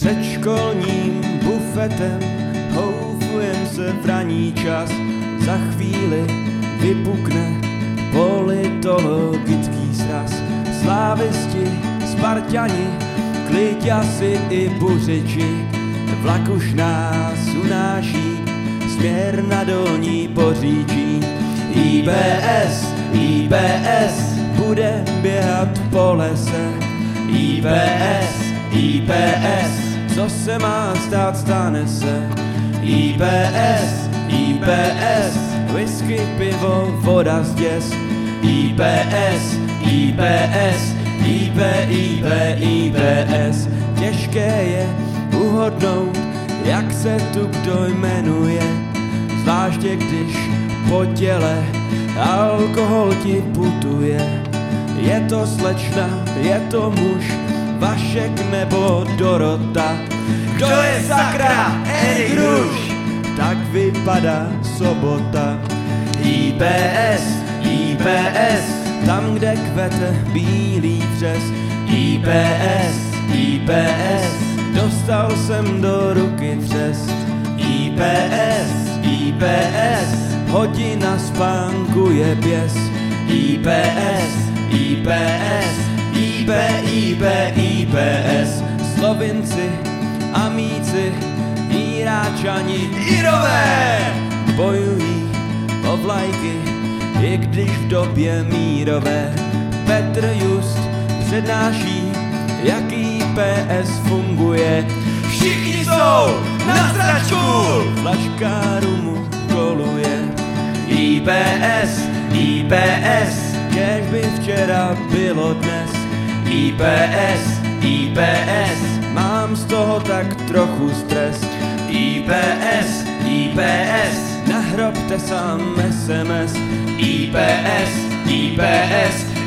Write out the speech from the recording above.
Před školním bufetem houfujem se v raní čas. Za chvíli vypukne politologický sraz. Slávisti, Sparťani, Kliďasi i Buřiči, vlak už nás unáší směr na Dolní Poříčí. IBS, IBS, bude běhat po lese. IBS, IBS, co se má stát, stane se. IBS, IBS, whisky, pivo, voda, zděs. IBS, IBS, IBS. Těžké je uhodnout, jak se tu kdo jmenuje, zvláště když po těle alkohol ti putuje. Je to slečna, je to muž, Vašek nebo Dorota. Kdo je sakra Erik Hruš? Tak vypadá sobota. IBS, IBS, tam, kde kvete bílý vřes. IBS, IBS, dostal jsem do ruky třest. IBS, IBS, hodina spánku je běs. IBS, IBS, IBS, Slovinci, Amíci, Jiráčani, Irové bojují o vlajky, i když v době mírové. Petr Just přednáší, jak IPS funguje. Všichni jsou na zračku, flaška rumu koluje. IPS, IPS, kež by včera bylo dnes. IPS, IPS, mám z toho tak trochu stres. IPS, IPS, nahrobte sám SMS. IPS, IPS,